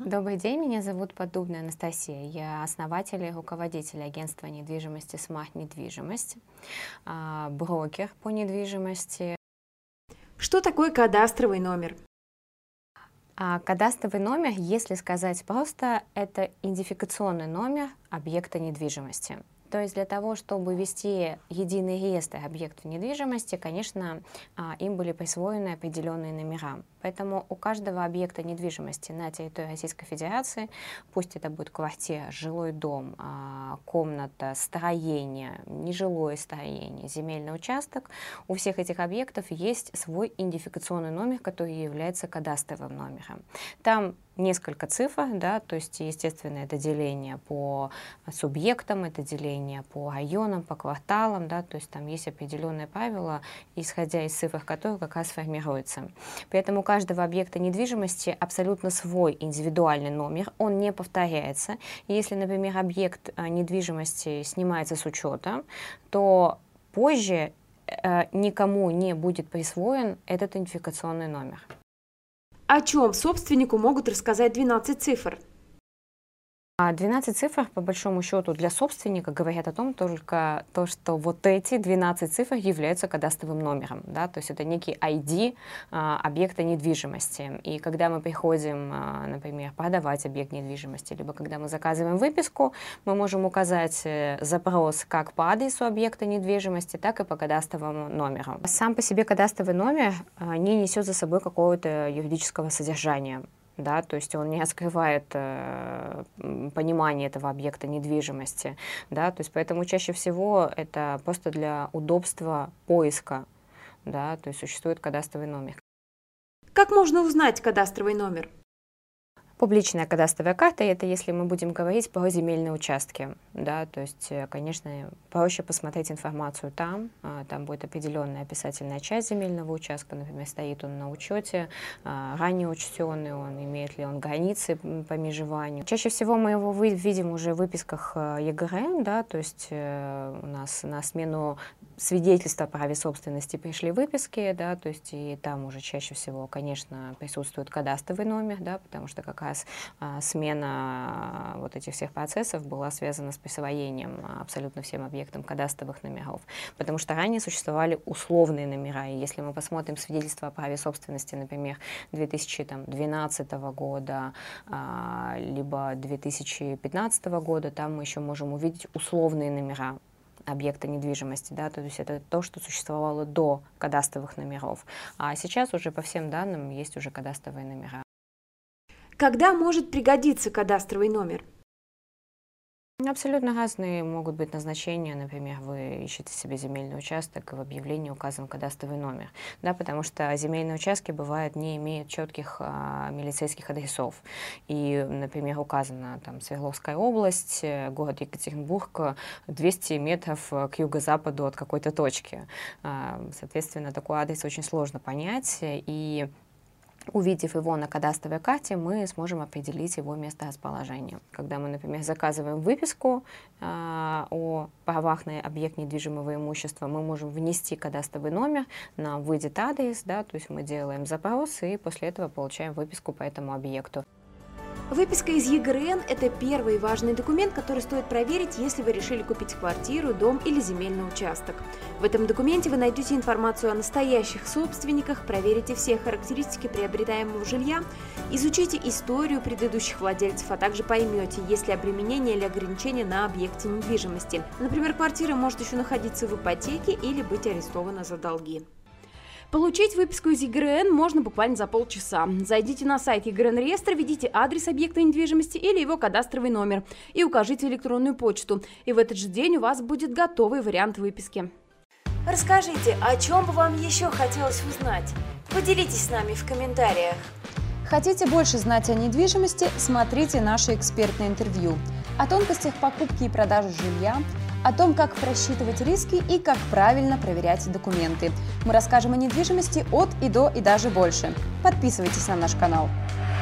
Добрый день, меня зовут Поддубная Анастасия. Я основатель и руководитель агентства недвижимости Smart Недвижимость, брокер по недвижимости. Что такое кадастровый номер? Кадастровый номер, если сказать просто, это идентификационный номер объекта недвижимости. То есть для того, чтобы вести единый реестр объектов недвижимости, конечно, им были присвоены определенные номера. Поэтому у каждого объекта недвижимости на территории Российской Федерации, пусть это будет квартира, жилой дом, комната, строение, нежилое строение, земельный участок, у всех этих объектов есть свой идентификационный номер, который является кадастровым номером. Там несколько цифр, да, то есть, естественно, это деление по субъектам, это деление по районам, по кварталам, да, то есть там есть определенные правила, исходя из цифр которых как раз формируется. Поэтому у каждого объекта недвижимости абсолютно свой индивидуальный номер, он не повторяется. Если, например, объект недвижимости снимается с учета, то позже никому не будет присвоен этот идентификационный номер. О чем собственнику могут рассказать 12 цифр? 12 цифр, по большому счету, для собственника говорят о том только то, что вот эти 12 цифр являются кадастровым номером. Да? То есть это некий ID объекта недвижимости. И когда мы приходим, например, продавать объект недвижимости, либо когда мы заказываем выписку, мы можем указать запрос как по адресу объекта недвижимости, так и по кадастровому номеру. Сам по себе кадастровый номер не несет за собой какого-то юридического содержания. Да, то есть он не раскрывает понимание этого объекта недвижимости, да, то есть поэтому чаще всего это просто для удобства поиска, да, то есть существует кадастровый номер. Как можно узнать кадастровый номер? Публичная кадастровая карта — это если мы будем говорить про земельные участки, да, то есть, конечно, проще посмотреть информацию там будет определенная описательная часть земельного участка, например, стоит он на учете, ранее учтенный он, имеет ли он границы по межеванию. Чаще всего мы его видим уже в выписках ЕГРН, да, то есть у нас на смену свидетельства о праве собственности пришли выписки, да, то есть и там уже чаще всего, конечно, присутствует кадастровый номер, да, потому что как раз смена вот этих всех процессов была связана с присвоением абсолютно всем объектам кадастровых номеров, потому что ранее существовали условные номера, и если мы посмотрим свидетельство о праве собственности, например, 2012 года, либо 2015 года, там мы еще можем увидеть условные номера объекта недвижимости, да, то есть это то, что существовало до кадастровых номеров, а сейчас уже по всем данным есть уже кадастровые номера. Когда может пригодиться кадастровый номер? Абсолютно разные могут быть назначения. Например, вы ищете себе земельный участок, и в объявлении указан кадастровый номер, да, потому что земельные участки, бывает, не имеют четких милицейских адресов. И, например, указана там Свердловская область, город Екатеринбург, 200 метров к юго-западу от какой-то точки. Соответственно, такой адрес очень сложно понять, и увидев его на кадастровой карте, мы сможем определить его месторасположение. Когда мы, например, заказываем выписку о правах на объект недвижимого имущества, мы можем внести кадастровый номер, нам выйдет адрес, да, то есть мы делаем запрос и после этого получаем выписку по этому объекту. Выписка из ЕГРН – это первый важный документ, который стоит проверить, если вы решили купить квартиру, дом или земельный участок. В этом документе вы найдете информацию о настоящих собственниках, проверите все характеристики приобретаемого жилья, изучите историю предыдущих владельцев, а также поймете, есть ли обременение или ограничения на объекте недвижимости. Например, квартира может еще находиться в ипотеке или быть арестована за долги. Получить выписку из ЕГРН можно буквально за полчаса. Зайдите на сайт ЕГРН-реестра, введите адрес объекта недвижимости или его кадастровый номер и укажите электронную почту. И в этот же день у вас будет готовый вариант выписки. Расскажите, о чем бы вам еще хотелось узнать? Поделитесь с нами в комментариях. Хотите больше знать о недвижимости? Смотрите наше экспертное интервью. О тонкостях покупки и продажи жилья, о том, как просчитывать риски и как правильно проверять документы. Мы расскажем о недвижимости от и до и даже больше. Подписывайтесь на наш канал.